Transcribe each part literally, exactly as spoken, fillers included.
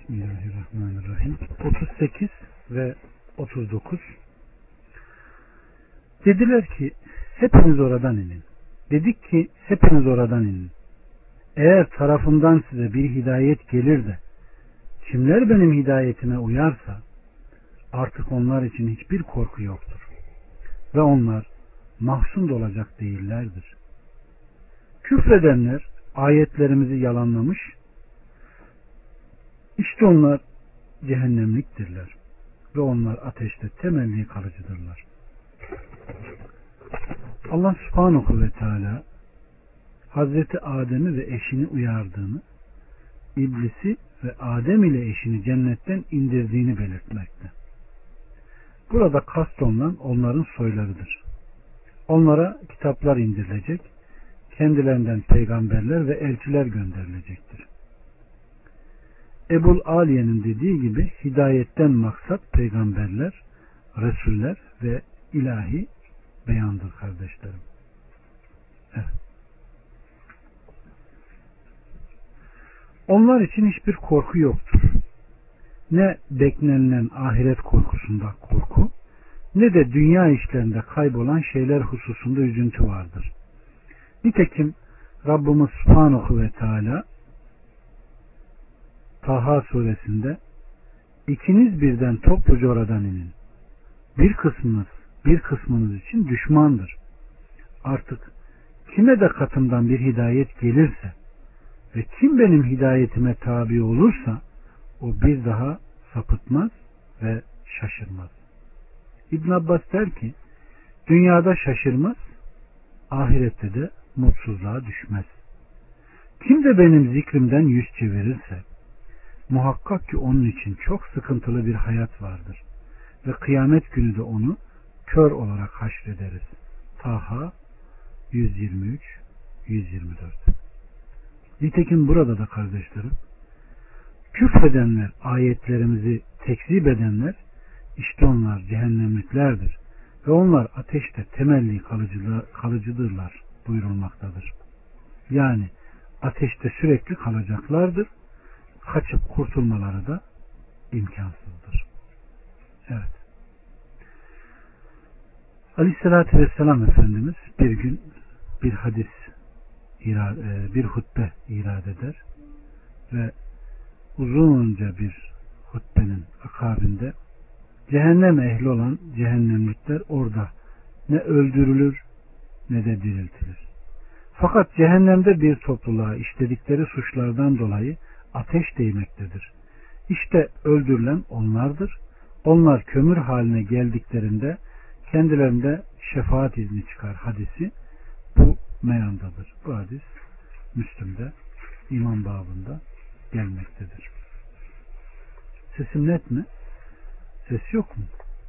Bismillahirrahmanirrahim. otuz sekiz ve otuz dokuz. Dediler ki hepiniz oradan inin. Dedik ki hepiniz oradan inin. Eğer tarafımdan size bir hidayet gelir de kimler benim hidayetime uyarsa artık onlar için hiçbir korku yoktur. Ve onlar mahzun da olacak değillerdir. Küfredenler ayetlerimizi yalanlamış. İşte onlar cehennemliktirler. Ve onlar ateşte temelli kalıcıdırlar. Allah subhanahu ve teala Hazreti Adem'i ve eşini uyardığını, İblisi ve Adem ile eşini cennetten indirdiğini belirtmekte. Burada kastolunan onların soylarıdır. Onlara kitaplar indirilecek, kendilerinden peygamberler ve elçiler gönderilecektir. Ebul Aliye'nin dediği gibi hidayetten maksat peygamberler, resuller ve ilahi beyandır kardeşlerim. Evet. Onlar için hiçbir korku yoktur. Ne beklenilen ahiret korkusunda korku, ne de dünya işlerinde kaybolan şeyler hususunda üzüntü vardır. Nitekim Rabbimiz Subhanahu ve Teala Taha suresinde ikiniz birden topluca oradan inin. Bir kısmınız bir kısmınız için düşmandır. Artık kime de katımdan bir hidayet gelirse ve kim benim hidayetime tabi olursa o bir daha sapıtmaz ve şaşırmaz. İbn Abbas der ki dünyada şaşırmaz, ahirette de mutsuzluğa düşmez. Kim de benim zikrimden yüz çevirirse muhakkak ki onun için çok sıkıntılı bir hayat vardır ve kıyamet günü de onu kör olarak haşrederiz. Taha yüz yirmi üç yüz yirmi dört. Nitekim burada da kardeşlerim küfredenler, ayetlerimizi tekzip edenler işte onlar cehennemliklerdir ve onlar ateşte temelli kalıcıdırlar buyurulmaktadır. Yani ateşte sürekli kalacaklardır. Kaçıp kurtulmaları da imkansızdır. Evet. Aleyhissalatü vesselam Efendimiz bir gün bir hadis bir hutbe irad eder ve uzunca bir hutbenin akabinde cehennem ehli olan cehennemlikler orada ne öldürülür ne de diriltilir. Fakat cehennemde bir topluluğa işledikleri suçlardan dolayı ateş değmektedir. İşte öldürülen onlardır. Onlar kömür haline geldiklerinde kendilerinde şefaat izni çıkar hadisi bu meyandadır. Bu hadis Müslim'de iman babında gelmektedir. Sesim net mi? Ses yok mu?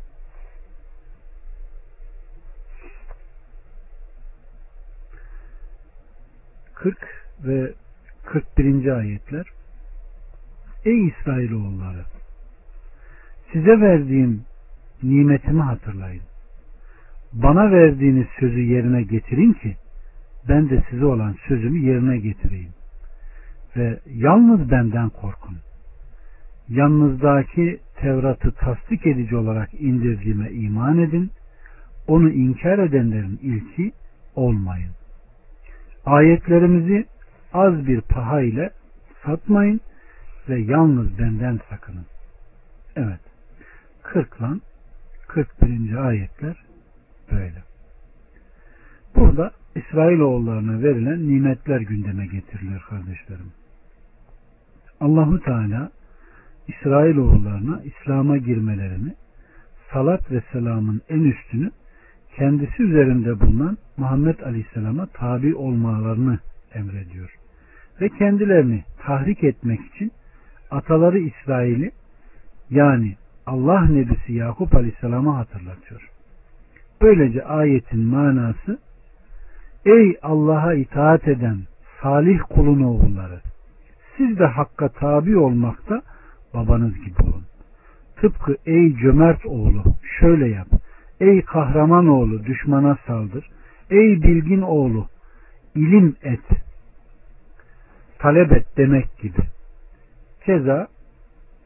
kırk ve kırk birinci ayetler. Ey İsrailoğulları! Size verdiğim nimetimi hatırlayın. Bana verdiğiniz sözü yerine getirin ki ben de size olan sözümü yerine getireyim. Ve yalnız benden korkun. Yanınızdaki Tevrat'ı tasdik edici olarak indirdiğime iman edin. Onu inkar edenlerin ilki olmayın. Ayetlerimizi az bir paha ile satmayın ve yalnız benden sakının. Evet. kırk ile kırk birinci ayetler böyle. Burada İsrailoğullarına verilen nimetler gündeme getiriliyor kardeşlerim. Allahu Teala İsrailoğullarına İslam'a girmelerini, salat ve selamın en üstünü kendisi üzerinde bulunan Muhammed Aleyhisselam'a tabi olmalarını emrediyor. Ve kendilerini tahrik etmek için ataları İsrail'i yani Allah Nebisi Yakup Aleyhisselam'a hatırlatıyor. Böylece ayetin manası ey Allah'a itaat eden salih kulun oğulları siz de hakka tabi olmakta babanız gibi olun. Tıpkı ey cömert oğlu şöyle yap. Ey kahraman oğlu düşmana saldır. Ey bilgin oğlu ilim et. Talep et demek gibi. Keza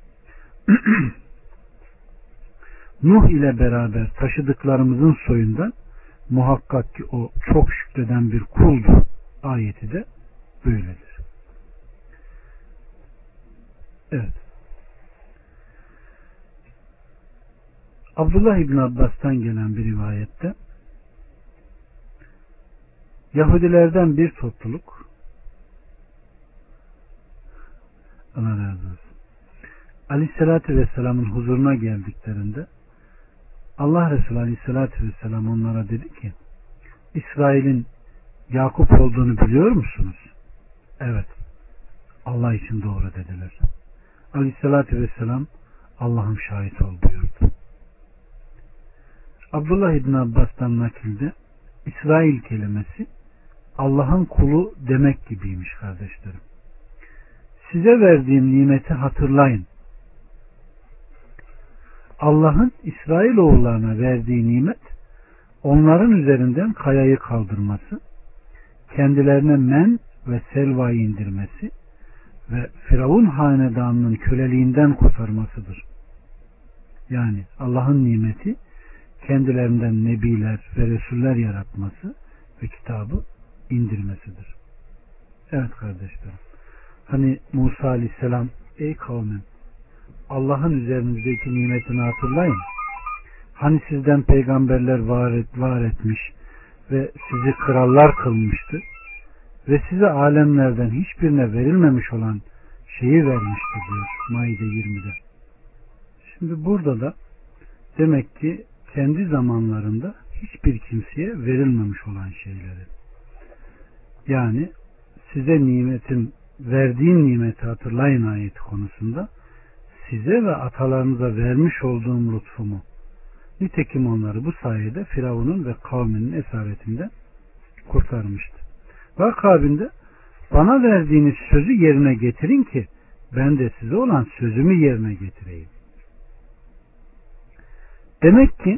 Nuh ile beraber taşıdıklarımızın soyundan muhakkak ki o çok şükreden bir kuldur ayeti de böyledir. Evet. Abdullah İbni Abbas'tan gelen bir rivayette Yahudilerden bir topluluk, Allah razı olsun, Aleyhisselatü Vesselam'ın huzuruna geldiklerinde Allah Resulü Aleyhisselatü Vesselam onlara dedi ki, İsrail'in Yakup olduğunu biliyor musunuz? Evet. Allah için doğru dediler. Aleyhisselatü Vesselam Allah'ım şahit ol buyurdu. Abdullah İbni Abbas'tan nakilde İsrail kelimesi Allah'ın kulu demek gibiymiş kardeşlerim. Size verdiğim nimeti hatırlayın. Allah'ın İsrailoğullarına verdiği nimet onların üzerinden kayayı kaldırması, kendilerine men ve selvayı indirmesi ve Firavun hanedanının köleliğinden kurtarmasıdır. Yani Allah'ın nimeti kendilerinden nebiler ve resuller yaratması ve kitabı indirmesidir. Evet kardeşlerim. Hani Musa Aleyhisselam, ey kavmim, Allah'ın üzerinizdeki nimetini hatırlayın. Hani sizden peygamberler var, et, var etmiş ve sizi krallar kılmıştı ve size alemlerden hiçbirine verilmemiş olan şeyi vermişti diyor Maide yirmide. Şimdi burada da demek ki kendi zamanlarında hiçbir kimseye verilmemiş olan şeyleri. Yani size nimetin, verdiğin nimeti hatırlayın ayeti konusunda size ve atalarınıza vermiş olduğum lütfumu. Nitekim onları bu sayede Firavun'un ve kavminin esaretinden kurtarmıştı. Ve akabinde bana verdiğiniz sözü yerine getirin ki ben de size olan sözümü yerine getireyim. Demek ki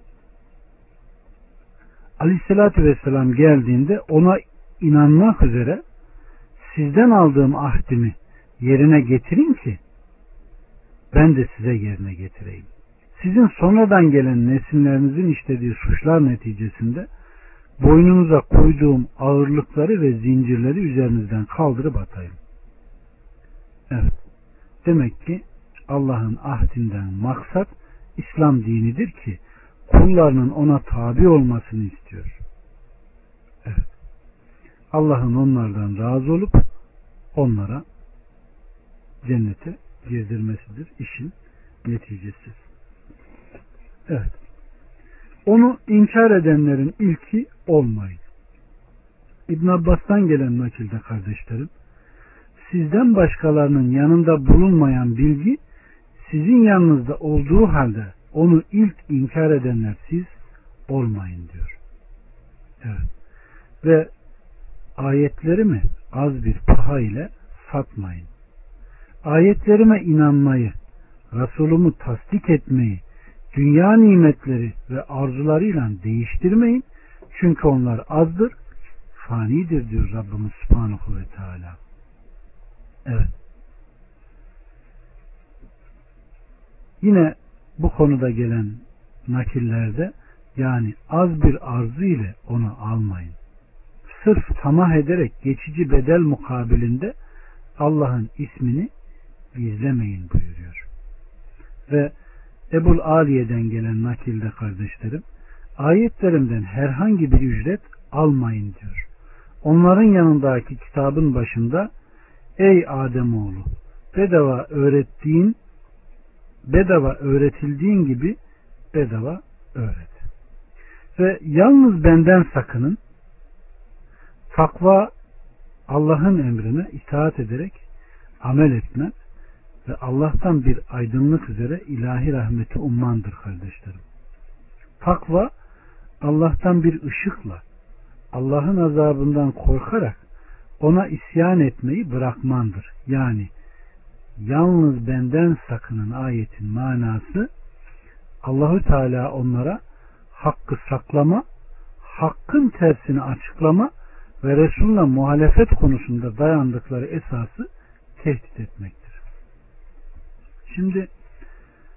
Aleyhisselatü Vesselam geldiğinde ona inanmak üzere sizden aldığım ahdimi yerine getirin ki ben de size yerine getireyim. Sizin sonradan gelen nesillerinizin işlediği suçlar neticesinde boynunuza koyduğum ağırlıkları ve zincirleri üzerinizden kaldırıp atayım. Evet. Demek ki Allah'ın ahdinden maksat İslam dinidir ki kullarının ona tabi olmasını istiyor. Evet. Allah'ın onlardan razı olup onlara cennete girdirmesidir işin neticesi. Evet. Onu inkar edenlerin ilki olmayın. İbn Abbas'tan gelen nakilde kardeşlerim, sizden başkalarının yanında bulunmayan bilgi sizin yanınızda olduğu halde onu ilk inkar edenler siz olmayın diyor. Evet. Ve ayetlerimi az bir paha ile satmayın. Ayetlerime inanmayı, Resulümü tasdik etmeyi, dünya nimetleri ve arzularıyla değiştirmeyin. Çünkü onlar azdır, fanidir diyor Rabbimiz Subhanahu ve Teala. Evet. Yine bu konuda gelen nakillerde yani az bir arzu ile onu almayın. Sırf tamah ederek geçici bedel mukabilinde Allah'ın ismini gizlemeyin buyuruyor. Ve Ebul Aliye'den gelen nakilde kardeşlerim, ayetlerimden herhangi bir ücret almayın diyor. Onların yanındaki kitabın başında ey Ademoğlu bedava öğrettiğin bedava öğretildiğin gibi bedava öğret. Ve yalnız benden sakının, takva Allah'ın emrine itaat ederek amel etme ve Allah'tan bir aydınlık üzere ilahi rahmeti ummandır kardeşlerim. Takva Allah'tan bir ışıkla Allah'ın azabından korkarak ona isyan etmeyi bırakmandır. Yani yalnız benden sakının ayetin manası Allahü Teala onlara hakkı saklama, hakkın tersini açıklama ve Resul'la muhalefet konusunda dayandıkları esası tehdit etmektir. Şimdi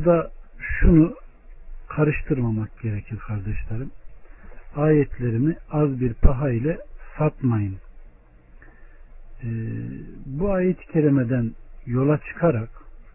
burada şunu karıştırmamak gerekir kardeşlerim. Ayetlerimi az bir paha ile satmayın. Ee, bu ayet-i kerimeden yola çıkarak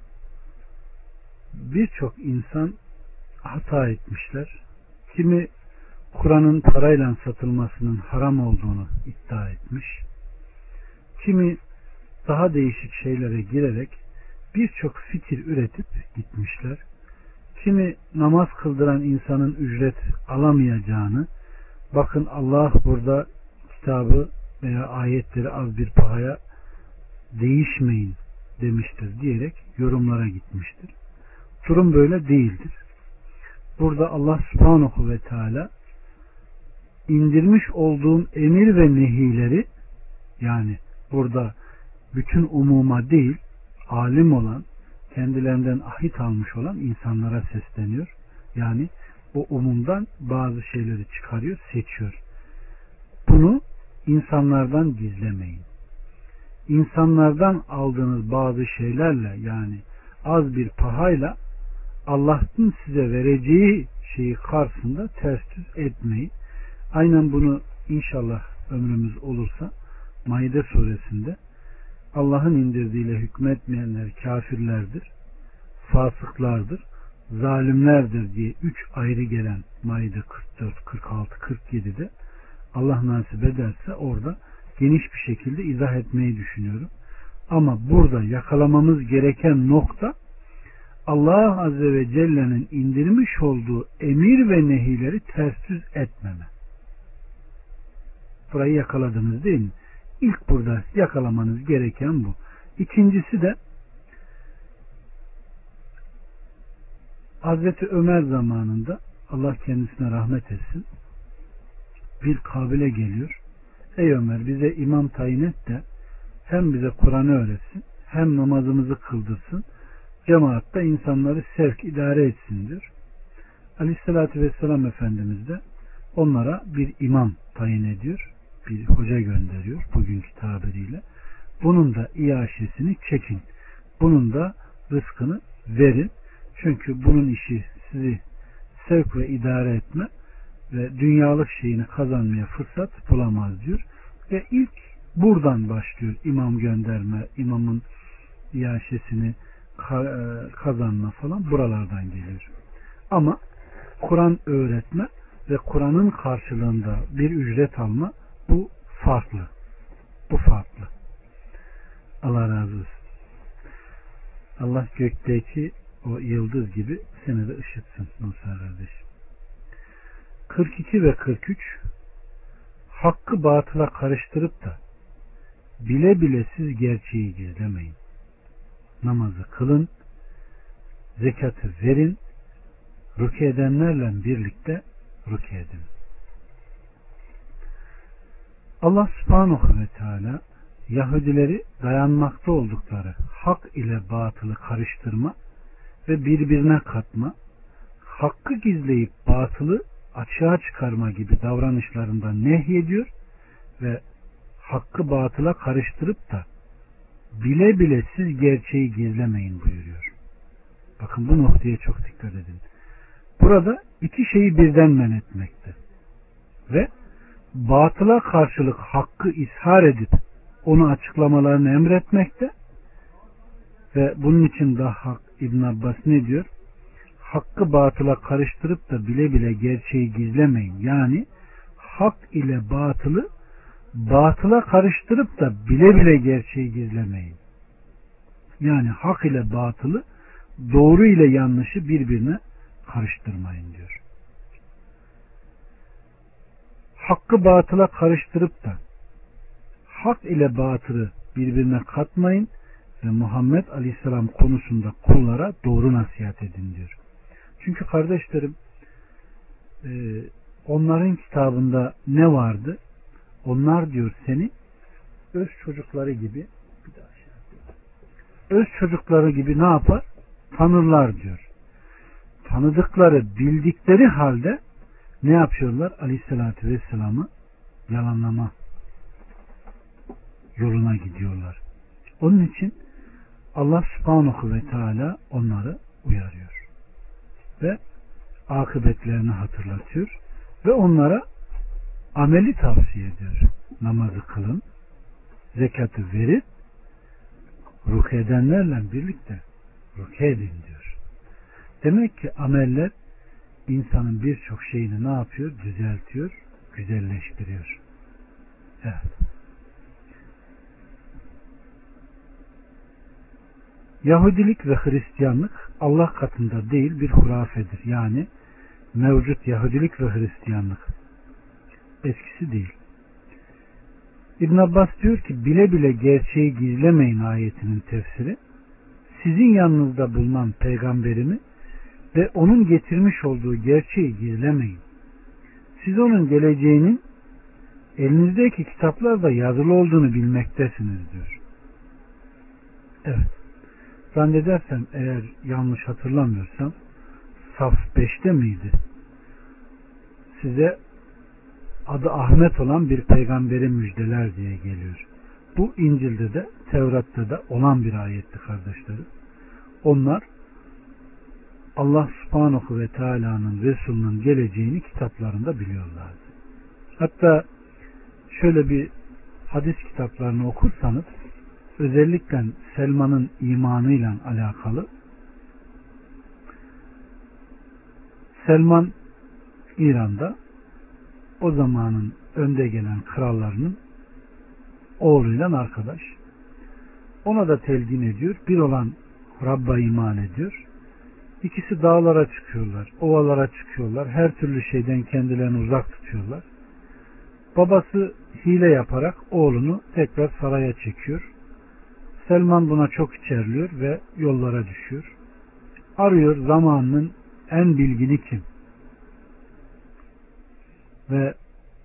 birçok insan hata etmişler. Kimi Kur'an'ın parayla satılmasının haram olduğunu iddia etmiş. Kimi daha değişik şeylere girerek birçok fikir üretip gitmişler. Kimi namaz kıldıran insanın ücret alamayacağını, bakın Allah burada kitabı veya ayetleri az bir pahaya değişmeyin demiştir diyerek yorumlara gitmiştir. Durum böyle değildir. Burada Allah Subhanahu ve Teala indirmiş olduğum emir ve nehileri, yani burada bütün umuma değil, alim olan, kendilerinden ahit almış olan insanlara sesleniyor. Yani o umumdan bazı şeyleri çıkarıyor, seçiyor. Bunu insanlardan gizlemeyin. İnsanlardan aldığınız bazı şeylerle, yani az bir pahayla Allah'ın size vereceği şeyi karşısında ters düz etmeyin. Aynen bunu inşallah ömrümüz olursa Maide suresinde Allah'ın indirdiğiyle hükmetmeyenler kafirlerdir, fasıklardır, zalimlerdir diye üç ayrı gelen Maide kırk dört, kırk altı, kırk yedi'de Allah nasip ederse orada geniş bir şekilde izah etmeyi düşünüyorum. Ama burada yakalamamız gereken nokta Allah Azze ve Celle'nin indirmiş olduğu emir ve nehileri ters düz etmeme. Burayı yakaladınız değil mi? İlk burada yakalamanız gereken bu. İkincisi de Hazreti Ömer zamanında, Allah kendisine rahmet etsin, bir kabile geliyor. Ey Ömer, bize imam tayin et de hem bize Kur'an'ı öğretsin, hem namazımızı kıldırsın, cemaatta insanları sevk idare etsin diyor. Aleyhissalatü vesselam Efendimiz de onlara bir imam tayin ediyor. Bir hoca gönderiyor bugünkü tabiriyle. Bunun da iaşesini çekin. Bunun da rızkını verin. Çünkü bunun işi sizi sevk ve idare etme ve dünyalık şeyini kazanmaya fırsat bulamaz diyor. Ve ilk buradan başlıyor imam gönderme, imamın iaşesini kazanma falan buralardan geliyor. Ama Kur'an öğretme ve Kur'an'ın karşılığında bir ücret alma, bu farklı. Bu farklı. Allah razı olsun. Allah gökteki o yıldız gibi seni de ışıtsın Musa kardeşim. kırk iki ve kırk üç hakkı batıla karıştırıp da bile bile siz gerçeği gizlemeyin. Namazı kılın, zekatı verin, rükû edenlerle birlikte rükû edin. Allah Subhanahu ve Teala Yahudileri dayanmakta oldukları hak ile batılı karıştırma ve birbirine katma, hakkı gizleyip batılı açığa çıkarma gibi davranışlarından nehyediyor ve hakkı batıla karıştırıp da bile bile siz gerçeği gizlemeyin buyuruyor. Bakın bu noktaya çok dikkat edin. Burada iki şeyi birden men etmekte ve batıla karşılık hakkı ishar edip onu açıklamalarını emretmekte ve bunun için daha İbn Abbas ne diyor? Hakkı batıla karıştırıp da bile bile gerçeği gizlemeyin. Yani hak ile batılı batıla karıştırıp da bile bile gerçeği gizlemeyin. Yani hak ile batılı, doğru ile yanlışı birbirine karıştırmayın diyor. Hakkı batıla karıştırıp da hak ile batılı birbirine katmayın ve Muhammed Aleyhisselam konusunda kullara doğru nasihat edin diyor. Çünkü kardeşlerim, onların kitabında ne vardı? Onlar diyor seni öz çocukları gibi bir daha şey yapıyor. Öz çocukları gibi ne yapar? Tanırlar diyor. Tanıdıkları, bildikleri halde ne yapıyorlar? Aleyhissalatü vesselam'ı yalanlama yoluna gidiyorlar. Onun için Allah Subhanahu ve Teala onları uyarıyor. ve akıbetlerini hatırlatıyor ve onlara ameli tavsiye ediyor. Namazı kılın, zekatı verin, ruku edenlerle birlikte ruku edin diyor. Demek ki ameller insanın birçok şeyini ne yapıyor? Düzeltiyor, güzelleştiriyor. Evet. Yahudilik ve Hristiyanlık Allah katında değil bir hurafedir. Yani mevcut Yahudilik ve Hristiyanlık eskisi değil. İbn Abbas diyor ki bile bile gerçeği gizlemeyin ayetinin tefsiri sizin yanınızda bulunan peygamberimi ve onun getirmiş olduğu gerçeği gizlemeyin. Siz onun geleceğinin elinizdeki kitaplarda yazılı olduğunu bilmektesiniz diyor. Evet. Zannedersem eğer yanlış hatırlamıyorsam Saf beşte miydi? Size adı Ahmet olan bir peygamberi müjdeler diye geliyor. Bu İncil'de de Tevrat'ta da olan bir ayetti kardeşlerim. Onlar Allah subhanahu ve teala'nın Resulünün geleceğini kitaplarında biliyorlardı. Hatta şöyle bir hadis kitaplarını okursanız özellikle Selman'ın imanıyla alakalı Selman İran'da o zamanın önde gelen krallarının oğluyla arkadaş. Ona da telkin ediyor. Bir olan Rabb'a iman ediyor. İkisi dağlara çıkıyorlar, ovalara çıkıyorlar. Her türlü şeyden kendilerini uzak tutuyorlar. Babası hile yaparak oğlunu tekrar saraya çekiyor. Selman buna çok içerliyor ve yollara düşüyor. Arıyor zamanının en bilgini kim? Ve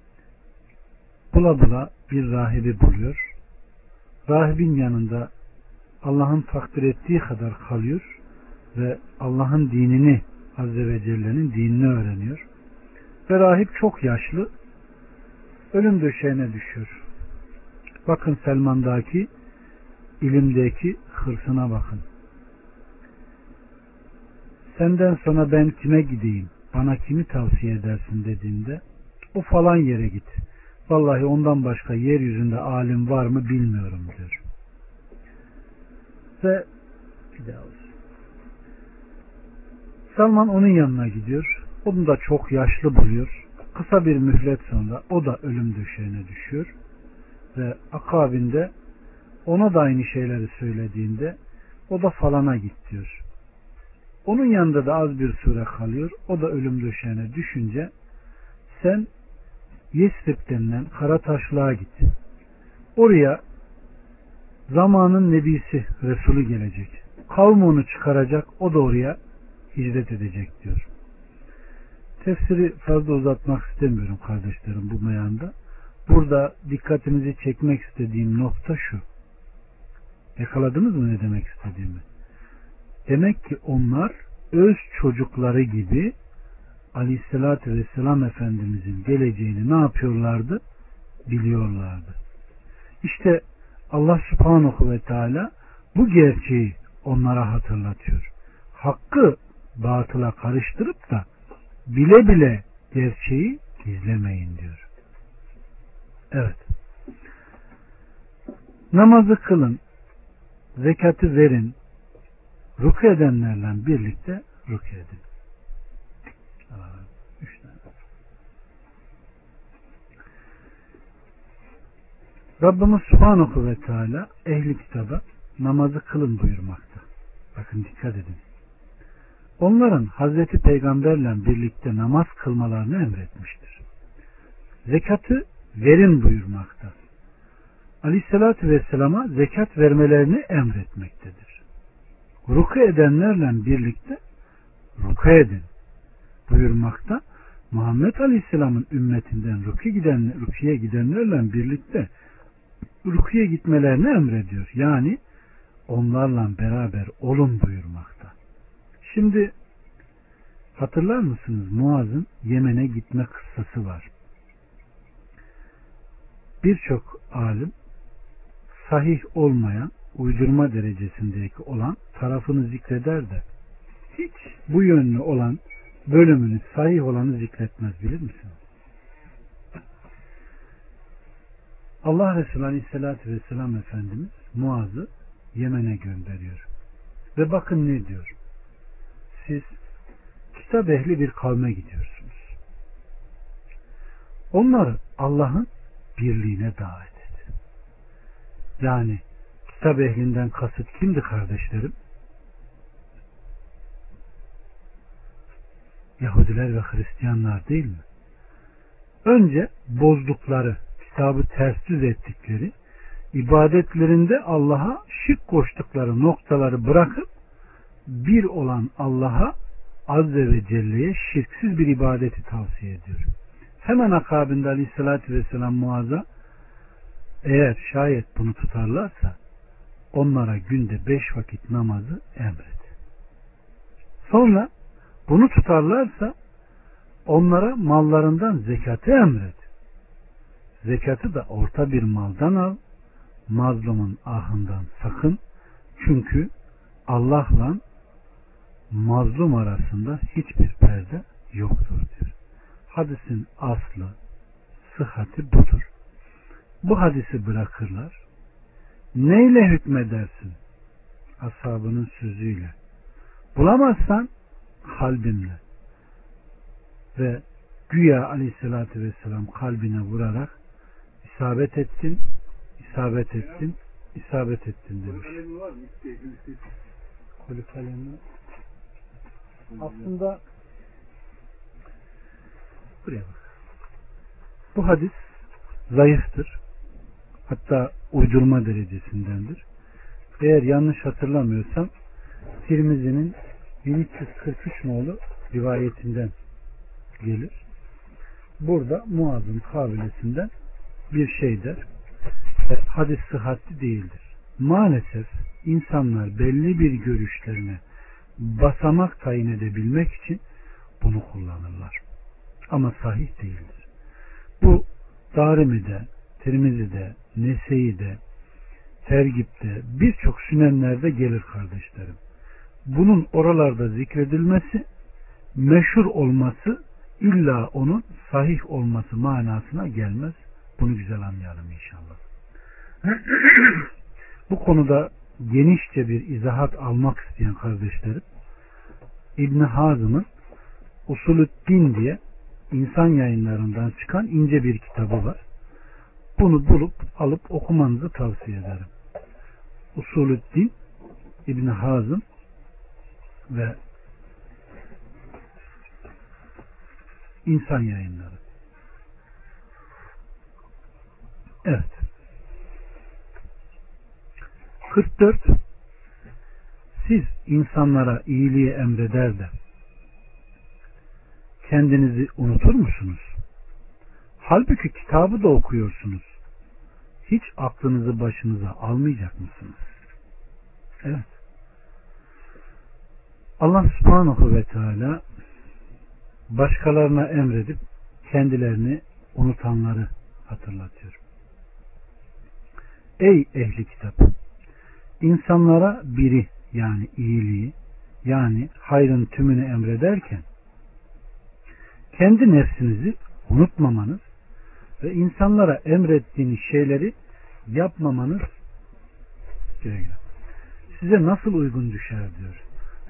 bula bula bir rahibi buluyor. Rahibin yanında Allah'ın takdir ettiği kadar kalıyor ve Allah'ın dinini, Azze ve Celle'nin dinini öğreniyor. Ve rahip çok yaşlı, ölüm döşeğine düşüyor. Bakın Selman'daki ilimdeki hırsına bakın. Senden sonra ben kime gideyim, bana kimi tavsiye edersin dediğinde o falan yere git. Vallahi ondan başka yeryüzünde alim var mı bilmiyorum diyor. Ve bir daha olsun. Salman onun yanına gidiyor. Onu da çok yaşlı buluyor. Kısa bir mühlet sonra o da ölüm döşeğine düşüyor. Ve akabinde ona da aynı şeyleri söylediğinde o da falana git diyor. Onun yanında da az bir süre kalıyor. O da ölüm döşeğine düşünce sen Yesrib denilen Karataşlığa git. Oraya zamanın nebisi, Resulü gelecek. Kavmi onu çıkaracak. O da oraya hicret edecek diyor. Tefsiri fazla uzatmak istemiyorum kardeşlerim bu meyanda. Burada dikkatinizi çekmek istediğim nokta şu. Yakaladınız mı ne demek istediğimi? Demek ki onlar öz çocukları gibi Aleyhisselatü Vesselam Efendimizin geleceğini ne yapıyorlardı? Biliyorlardı. İşte Allah Subhanahu ve Teala bu gerçeği onlara hatırlatıyor. Hakkı batıla karıştırıp da bile bile gerçeği gizlemeyin diyor. Evet. Namazı kılın, zekatı verin, ruku edenlerle birlikte ruku edin. Üç tane. Rabbimiz Subhanahu ve Teala ehli kitaba namazı kılın buyurmakta. Bakın dikkat edin. Onların Hazreti Peygamberle birlikte namaz kılmalarını emretmiştir. Zekatı verin buyurmakta. Aleyhissalatü Vesselam'a zekat vermelerini emretmektedir. Ruku edenlerle birlikte ruku edin buyurmakta. Muhammed Aleyhisselam'ın ümmetinden ruku giden, rukuya gidenlerle birlikte rukuya gitmelerini emrediyor. Yani onlarla beraber olun buyurmakta. Şimdi hatırlar mısınız Muaz'ın Yemen'e gitme kıssası var. Birçok alim sahih olmayan, uydurma derecesindeki olan tarafını zikreder de hiç bu yönlü olan bölümünü, sahih olanı zikretmez, bilir misiniz? Allah Resulü Aleyhisselatü Vesselam Efendimiz Muaz'ı Yemen'e gönderiyor. Ve bakın ne diyor? Siz kitap ehli bir kavme gidiyorsunuz. Onları Allah'ın birliğine davet et. Yani kitap ehlinden kasıt kimdi kardeşlerim? Yahudiler ve Hristiyanlar değil mi? Önce bozdukları, kitabı ters düz ettikleri, ibadetlerinde Allah'a şirk koştukları noktaları bırakıp bir olan Allah'a Azze ve Celle'ye şirksiz bir ibadeti tavsiye ediyor. Hemen akabinde Aleyhisselatü Vesselam Muaz'a, eğer şayet bunu tutarlarsa onlara günde beş vakit namazı emret. Sonra bunu tutarlarsa onlara mallarından zekatı emret. Zekatı da orta bir maldan al, mazlumun ahından sakın. Çünkü Allah'la mazlum arasında hiçbir perde yoktur diyor. Hadisin aslı, sıhhati budur. Bu hadisi bırakırlar. Neyle hükmedersin? Ashabının sözüyle. Bulamazsan kalbimle. Ve güya Aleyhisselatü Vesselam kalbine vurarak isabet ettin, isabet ettin, isabet ettin demiş. Kolu kalemi aslında buraya bak. Bu hadis zayıftır. Hatta uydurma derecesindendir. Eğer yanlış hatırlamıyorsam Tirmizi'nin bin üç yüz kırk üç nolu rivayetinden gelir. Burada Muaz'ın kabilesinden bir şey der. Hadis sıhhatli değildir. Maalesef insanlar belli bir görüşlerine basamak tayin edebilmek için bunu kullanırlar. Ama sahih değildir. Bu Darimi'de, Tirmizi'de, Nese'yi'de, Tergib'de, birçok sünenlerde gelir kardeşlerim. Bunun oralarda zikredilmesi, meşhur olması, illa onun sahih olması manasına gelmez. Bunu güzel anlayalım inşallah. Bu konuda genişçe bir izahat almak isteyen kardeşlerim, İbn Hazım'ın Usulü'd-Din diye insan yayınlarından çıkan ince bir kitabı var. Bunu bulup alıp okumanızı tavsiye ederim. Usulü'd-Din İbn Hazım ve insan yayınları. Evet. kırk dört. Siz insanlara iyiliği emreder de kendinizi unutur musunuz? Halbuki kitabı da okuyorsunuz. Hiç aklınızı başınıza almayacak mısınız? Evet. Allah subhanahu ve teala başkalarına emredip kendilerini unutanları hatırlatıyor. Ey ehli kitap! İnsanlara biri, yani iyiliği, yani hayrın tümünü emrederken kendi nefsinizi unutmamanız ve insanlara emrettiğiniz şeyleri yapmamanız size nasıl uygun düşer diyor.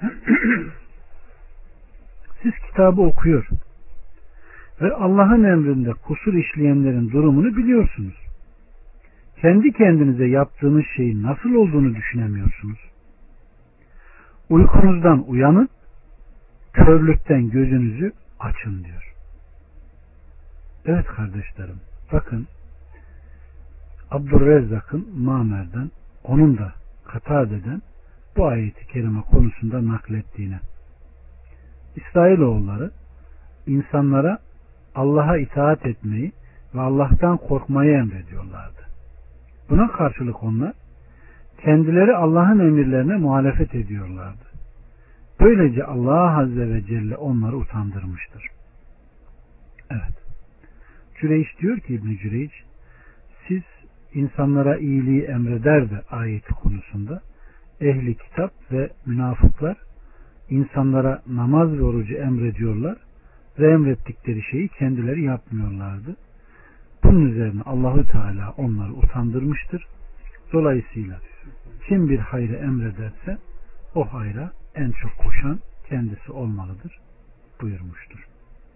Siz kitabı okuyor ve Allah'ın emrinde kusur işleyenlerin durumunu biliyorsunuz. Kendi kendinize yaptığınız şeyin nasıl olduğunu düşünemiyorsunuz. Uykunuzdan uyanın, körlükten gözünüzü açın diyor. Evet kardeşlerim, bakın Abdurrezzak'ın Mamer'den, onun da Katade'den bu ayeti kerime konusunda naklettiğine. İsrailoğulları insanlara Allah'a itaat etmeyi ve Allah'tan korkmayı emrediyorlardı. Buna karşılık onlar kendileri Allah'ın emirlerine muhalefet ediyorlardı. Böylece Allah Azze ve Celle onları utandırmıştır. Evet. Cüreyş diyor ki İbn-i Cüreyş, siz insanlara iyiliği emreder de ayeti konusunda ehli kitap ve münafıklar insanlara namaz ve orucu emrediyorlar ve emrettikleri şeyi kendileri yapmıyorlardı. Bunun üzerine Allahu Teala onları utandırmıştır. Dolayısıyla kim bir hayrı emrederse o hayra en çok koşan kendisi olmalıdır buyurmuştur.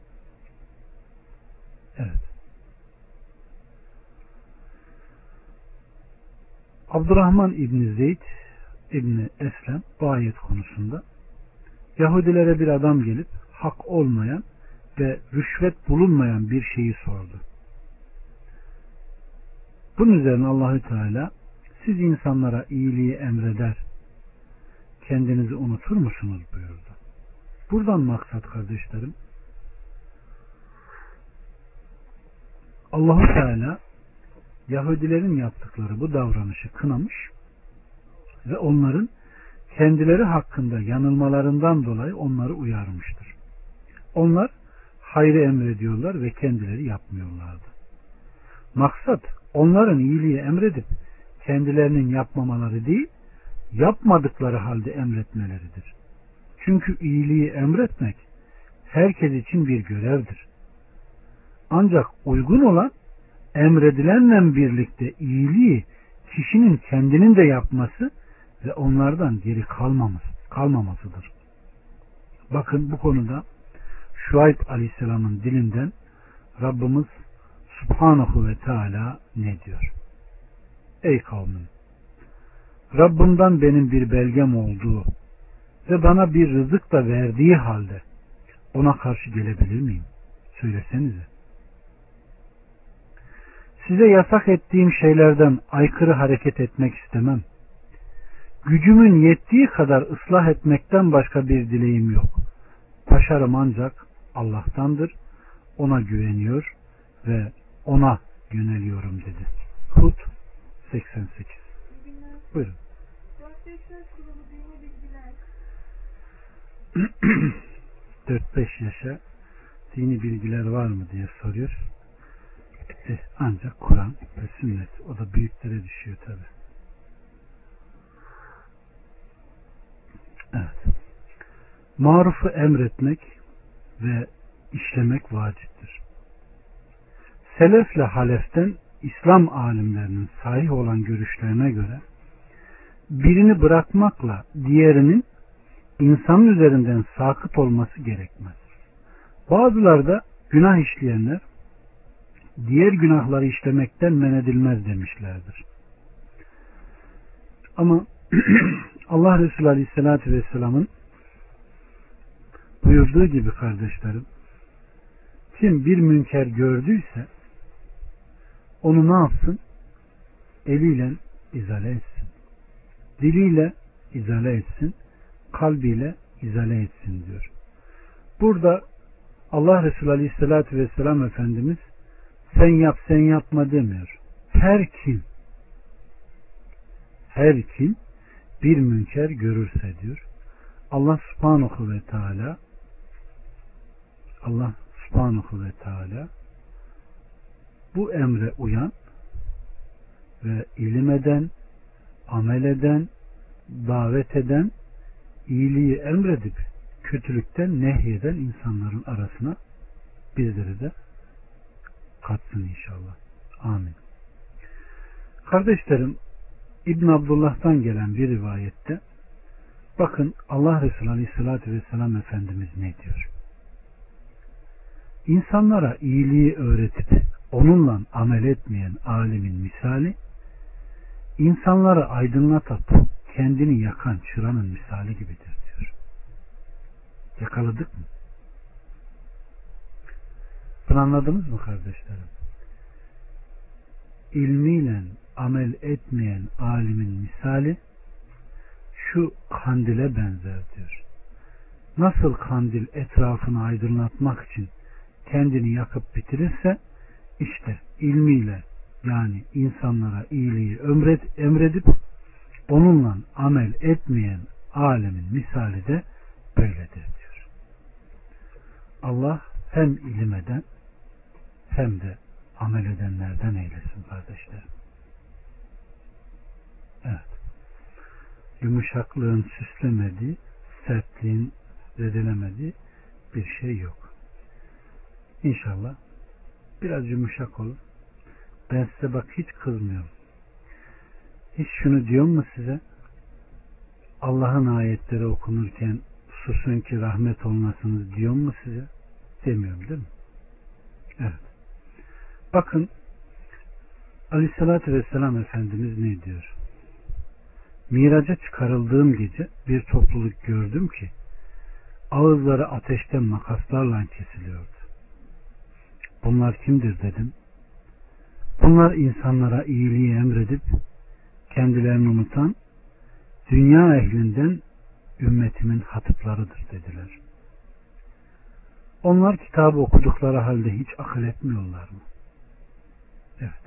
Evet. Abdurrahman İbni Zeyd İbni Eslem bu ayet konusunda Yahudilere bir adam gelip hak olmayan ve rüşvet bulunmayan bir şeyi sordu. Bunun üzerine Allahü Teala siz insanlara iyiliği emreder, kendinizi unutur musunuz buyurdu. Buradan maksat kardeşlerim, Allahü Teala Yahudilerin yaptıkları bu davranışı kınamış ve onların kendileri hakkında yanılmalarından dolayı onları uyarmıştır. Onlar hayrı emrediyorlar ve kendileri yapmıyorlardı. Maksat onların iyiliği emredip kendilerinin yapmamaları değil, yapmadıkları halde emretmeleridir. Çünkü iyiliği emretmek herkes için bir görevdir. Ancak uygun olan emredilenle birlikte iyiliği kişinin kendinin de yapması ve onlardan geri kalmaması, kalmamasıdır. Bakın bu konuda Şuayb Aleyhisselam'ın dilinden Rabbimiz Subhanahu ve Teala ne diyor? Ey kavmim! Rabbimden benim bir belgem olduğu ve bana bir rızık da verdiği halde ona karşı gelebilir miyim? Söylesenize. Size yasak ettiğim şeylerden aykırı hareket etmek istemem. Gücümün yettiği kadar ıslah etmekten başka bir dileğim yok. Başarım ancak Allah'tandır. Ona güveniyor ve ona yöneliyorum dedi. Hud seksen sekiz. Buyurun. dört beş yaşa dini bilgiler var mı diye soruyor. Eh, ancak Kur'an ve sünnet. O da büyüklere düşüyor tabi. Evet. Marufu emretmek ve işlemek vaciptir. Selefle haleften İslam alimlerinin sahih olan görüşlerine göre birini bırakmakla diğerinin insanın üzerinden sakıt olması gerekmez. Bazıları da günah işleyenler diğer günahları işlemekten men edilmez demişlerdir. Ama Allah Resulü Aleyhisselatü Vesselam'ın buyurduğu gibi kardeşlerim, kim bir münker gördüyse onu ne yapsın? Eliyle izale etsin. Diliyle izale etsin. Kalbiyle izale etsin diyor. Burada Allah Resulü Aleyhisselatü Vesselam Efendimiz sen yap sen yapma demiyor. Her kim her kim bir münker görürse diyor. Allah Subhanahu ve Teala Allah Subhanahu ve Teala bu emre uyan ve ilim eden, amel eden, davet eden, iyiliği emredip kötülükten nehyeden insanların arasına bizleri de katsın inşallah. Amin. Kardeşlerim, İbn Abdullah'tan gelen bir rivayette bakın Allah Resulü Aleyhisselatü Vesselam Efendimiz ne diyor? İnsanlara iyiliği öğretip onunla amel etmeyen alimin misali, insanları aydınlatıp kendini yakan çıranın misali gibidir diyor. Yakaladık mı? Bunu anladınız mı kardeşlerim? İlmiyle amel etmeyen alimin misali şu kandile benzer diyor. Nasıl kandil etrafını aydınlatmak için kendini yakıp bitirirse işte ilmiyle yani insanlara iyiliği emret, emredip onunla amel etmeyen alemin misali de böyledir diyor. Allah hem ilim eden hem de amel edenlerden eylesin kardeşlerim. Evet. Yumuşaklığın süslemediği, sertliğin zedelemediği bir şey yok. İnşallah biraz yumuşak olun. Ben size bak hiç kızmıyorum. Hiç şunu diyor mu size? Allah'ın ayetleri okunurken susun ki rahmet olmasınız diyor mu size? Demiyorum değil mi? Evet. Bakın Aleyhisselatü Vesselam Efendimiz ne diyor? Miraca çıkarıldığım gece bir topluluk gördüm ki ağızları ateşten makaslarla kesiliyordu. Bunlar kimdir dedim. Bunlar insanlara iyiliği emredip kendilerini unutan dünya ehlinden ümmetimin hatıplarıdır dediler. Onlar kitabı okudukları halde hiç akıl etmiyorlar mı? Evet.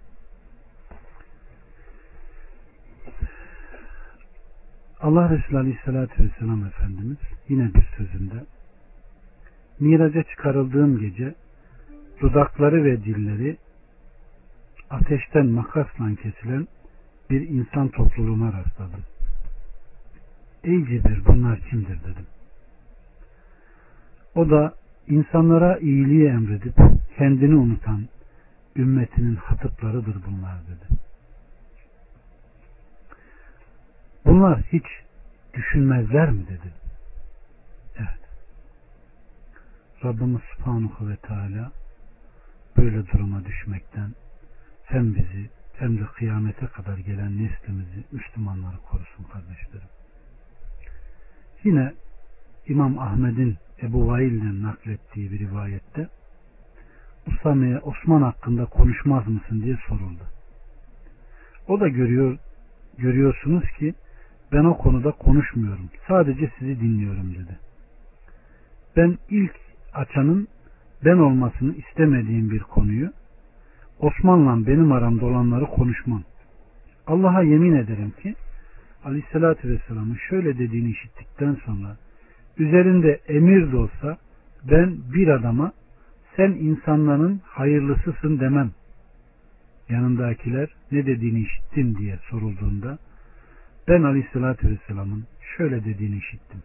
Allah Resulü Aleyhisselatü Vesselam Efendimiz yine bir sözünde Miraca çıkarıldığım gece dudakları ve dilleri ateşten makasla kesilen bir insan topluluğuna rastladım. Ey Cibir, bunlar kimdir dedim. O da insanlara iyiliği emredip kendini unutan ümmetinin hatıplarıdır bunlar dedi. Bunlar hiç düşünmezler mi dedi. Evet. Rabbimiz Subhanahu ve Teala böyle duruma düşmekten hem bizi hem de kıyamete kadar gelen neslimizi, Müslümanları korusun kardeşlerim. Yine İmam Ahmed'in Ebu Vail'den naklettiği bir rivayette Usame'ye Osman hakkında konuşmaz mısın diye soruldu. O da görüyor, görüyorsunuz ki ben o konuda konuşmuyorum. Sadece sizi dinliyorum dedi. Ben ilk açanın ben olmasını istemediğim bir konuyu Osman'la benim aramda olanları konuşmam. Allah'a yemin ederim ki Aleyhisselatü Vesselam'ın şöyle dediğini işittikten sonra üzerinde emir de olsa ben bir adama sen insanların hayırlısısın demem. Yanındakiler ne dediğini işittin diye sorulduğunda ben Aleyhisselatü Vesselam'ın şöyle dediğini işittim.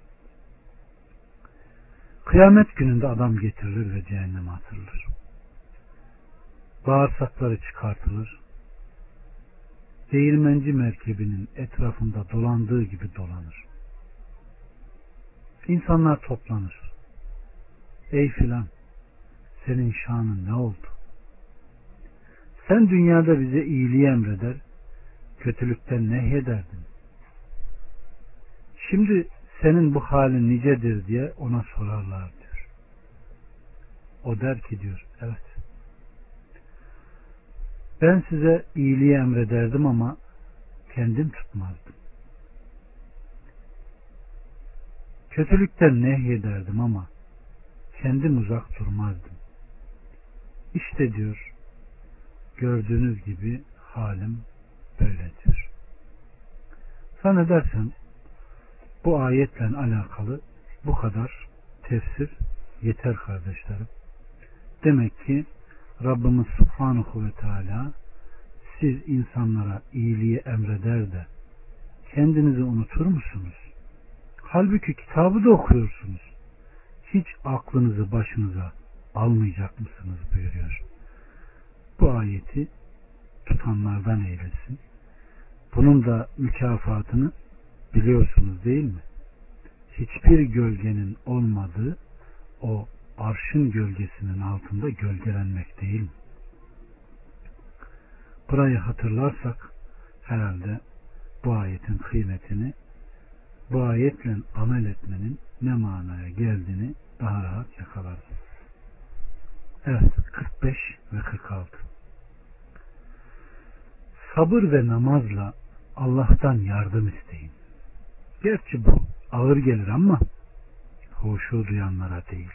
Kıyamet gününde adam getirilir ve cehenneme atılır. Bağırsakları çıkartılır. Değirmenci merkebinin etrafında dolandığı gibi dolanır. İnsanlar toplanır. Ey filan, senin şanın ne oldu? Sen dünyada bize iyiliği emreder, kötülükten nehyederdin. Şimdi senin bu halin nicedir diye ona sorarlar diyor. O der ki diyor, evet. Ben size iyiliği emrederdim ama kendim tutmazdım. Kötülükten nehyederdim ama kendim uzak durmazdım. İşte diyor, gördüğünüz gibi halim böyle diyor. Zannedersem bu ayetle alakalı bu kadar tefsir yeter kardeşlerim. Demek ki Rabbimiz Subhanahu ve Teala siz insanlara iyiliği emreder de kendinizi unutur musunuz? Halbuki kitabı da okuyorsunuz. Hiç aklınızı başınıza almayacak mısınız buyuruyor. Bu ayeti tutanlardan eylesin. Bunun da mükafatını biliyorsunuz değil mi? Hiçbir gölgenin olmadığı o arşın gölgesinin altında gölgelenmek değil mi? Burayı hatırlarsak herhalde bu ayetin kıymetini, bu ayetle amel etmenin ne manaya geldiğini daha rahat yakalarız. Evet, kırk beş ve kırk altı. Sabır ve namazla Allah'tan yardım isteyin. Gerçi bu ağır gelir ama huşu duyanlara değil.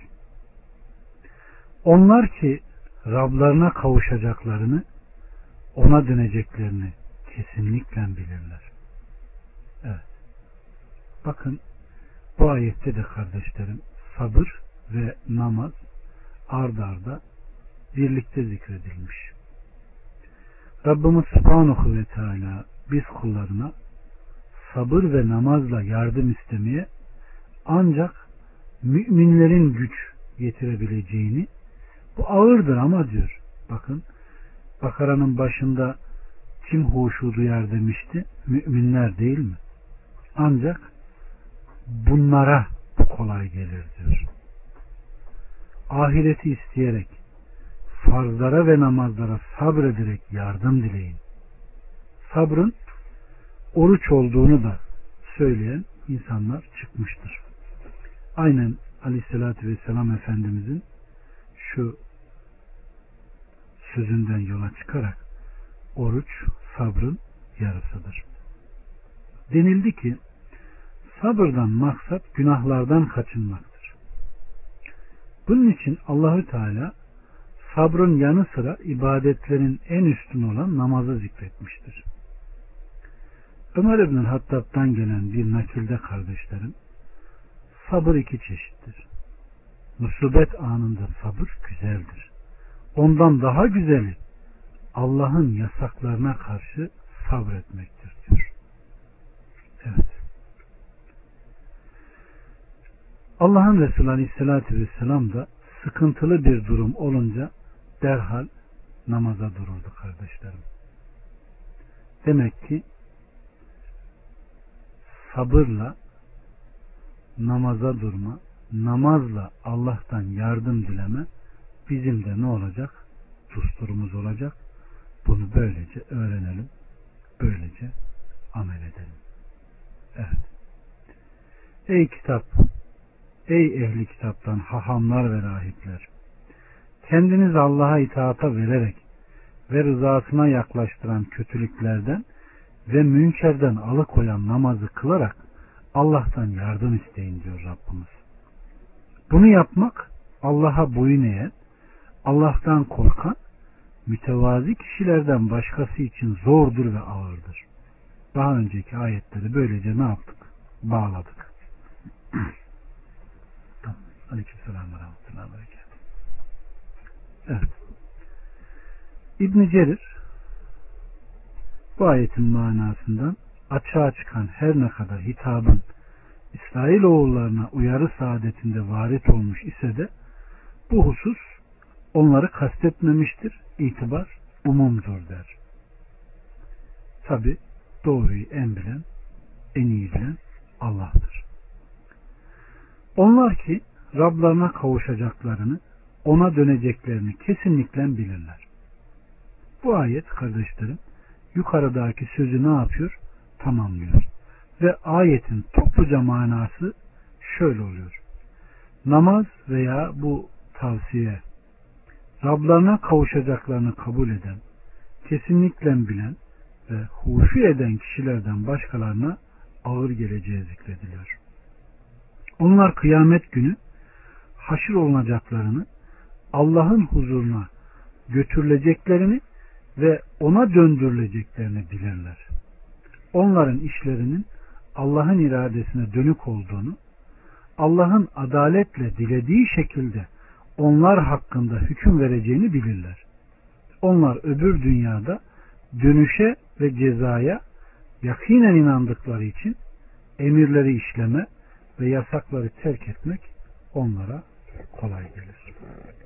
Onlar ki Rablarına kavuşacaklarını, ona döneceklerini kesinlikle bilirler. Evet. Bakın bu ayette de kardeşlerim sabır ve namaz ard arda birlikte zikredilmiş. Rabbimiz Subhanahu ve Teala biz kullarına sabır ve namazla yardım istemeye ancak müminlerin güç yetirebileceğini, bu ağırdır ama diyor. Bakın Bakara'nın başında kim huşu duyar demişti? Müminler değil mi? Ancak bunlara bu kolay gelir diyor. Ahireti isteyerek, farzlara ve namazlara sabrederek yardım dileyin. Sabrın oruç olduğunu da söyleyen insanlar çıkmıştır. Aynen Aleyhisselatü Vesselam Efendimizin şu sözünden yola çıkarak oruç sabrın yarısıdır. Denildi ki sabırdan maksat günahlardan kaçınmaktır. Bunun için Allahü Teala sabrın yanı sıra ibadetlerin en üstün olan namazı zikretmiştir. Ömer İbn Hattab'dan gelen bir nakilde kardeşlerim, sabır iki çeşittir. Musibet anında sabır güzeldir. Ondan daha güzeli Allah'ın yasaklarına karşı sabretmektir diyor. Evet. Allah'ın Resulü Aleyhisselatü Vesselam da sıkıntılı bir durum olunca derhal namaza dururdu kardeşlerim. Demek ki sabırla namaza durma, namazla Allah'tan yardım dileme bizim de ne olacak? Dusturumuz olacak. Bunu böylece öğrenelim. Böylece amel edelim. Evet. Ey kitap, ey ehli kitaptan hahamlar ve rahipler, kendinizi Allah'a itaata vererek ve rızasına yaklaştıran kötülüklerden ve münkerden alıkoyan namazı kılarak Allah'tan yardım isteyin diyor Rabbimiz. Bunu yapmak Allah'a boyun eğen, Allah'tan korkan, mütevazi kişilerden başkası için zordur ve ağırdır. Daha önceki ayetleri böylece ne yaptık? Bağladık. Aleykümselam ve rahmetullahi ve berekatuhu. Evet. İbn Cerir bu ayetin manasından açığa çıkan her ne kadar hitabın İsrailoğullarına uyarı saadetinde varit olmuş ise de bu husus onları kastetmemiştir. İtibar umumdur der. Tabi doğruyu en bilen, en iyi bilen Allah'tır. Onlar ki Rablarına kavuşacaklarını, ona döneceklerini kesinlikle bilirler. Bu ayet kardeşlerim yukarıdaki sözü ne yapıyor? Tamamlıyor. Ve ayetin topluca manası şöyle oluyor. Namaz veya bu tavsiye Rablarına kavuşacaklarını kabul eden, kesinlikle bilen ve huşu eden kişilerden başkalarına ağır geleceği zikrediliyor. Onlar kıyamet günü haşr olunacaklarını, Allah'ın huzuruna götürüleceklerini ve ona döndürüleceklerini bilirler. Onların işlerinin Allah'ın iradesine dönük olduğunu, Allah'ın adaletle dilediği şekilde onlar hakkında hüküm vereceğini bilirler. Onlar öbür dünyada dönüşe ve cezaya yakinen inandıkları için emirleri işleme ve yasakları terk etmek onlara kolay gelir.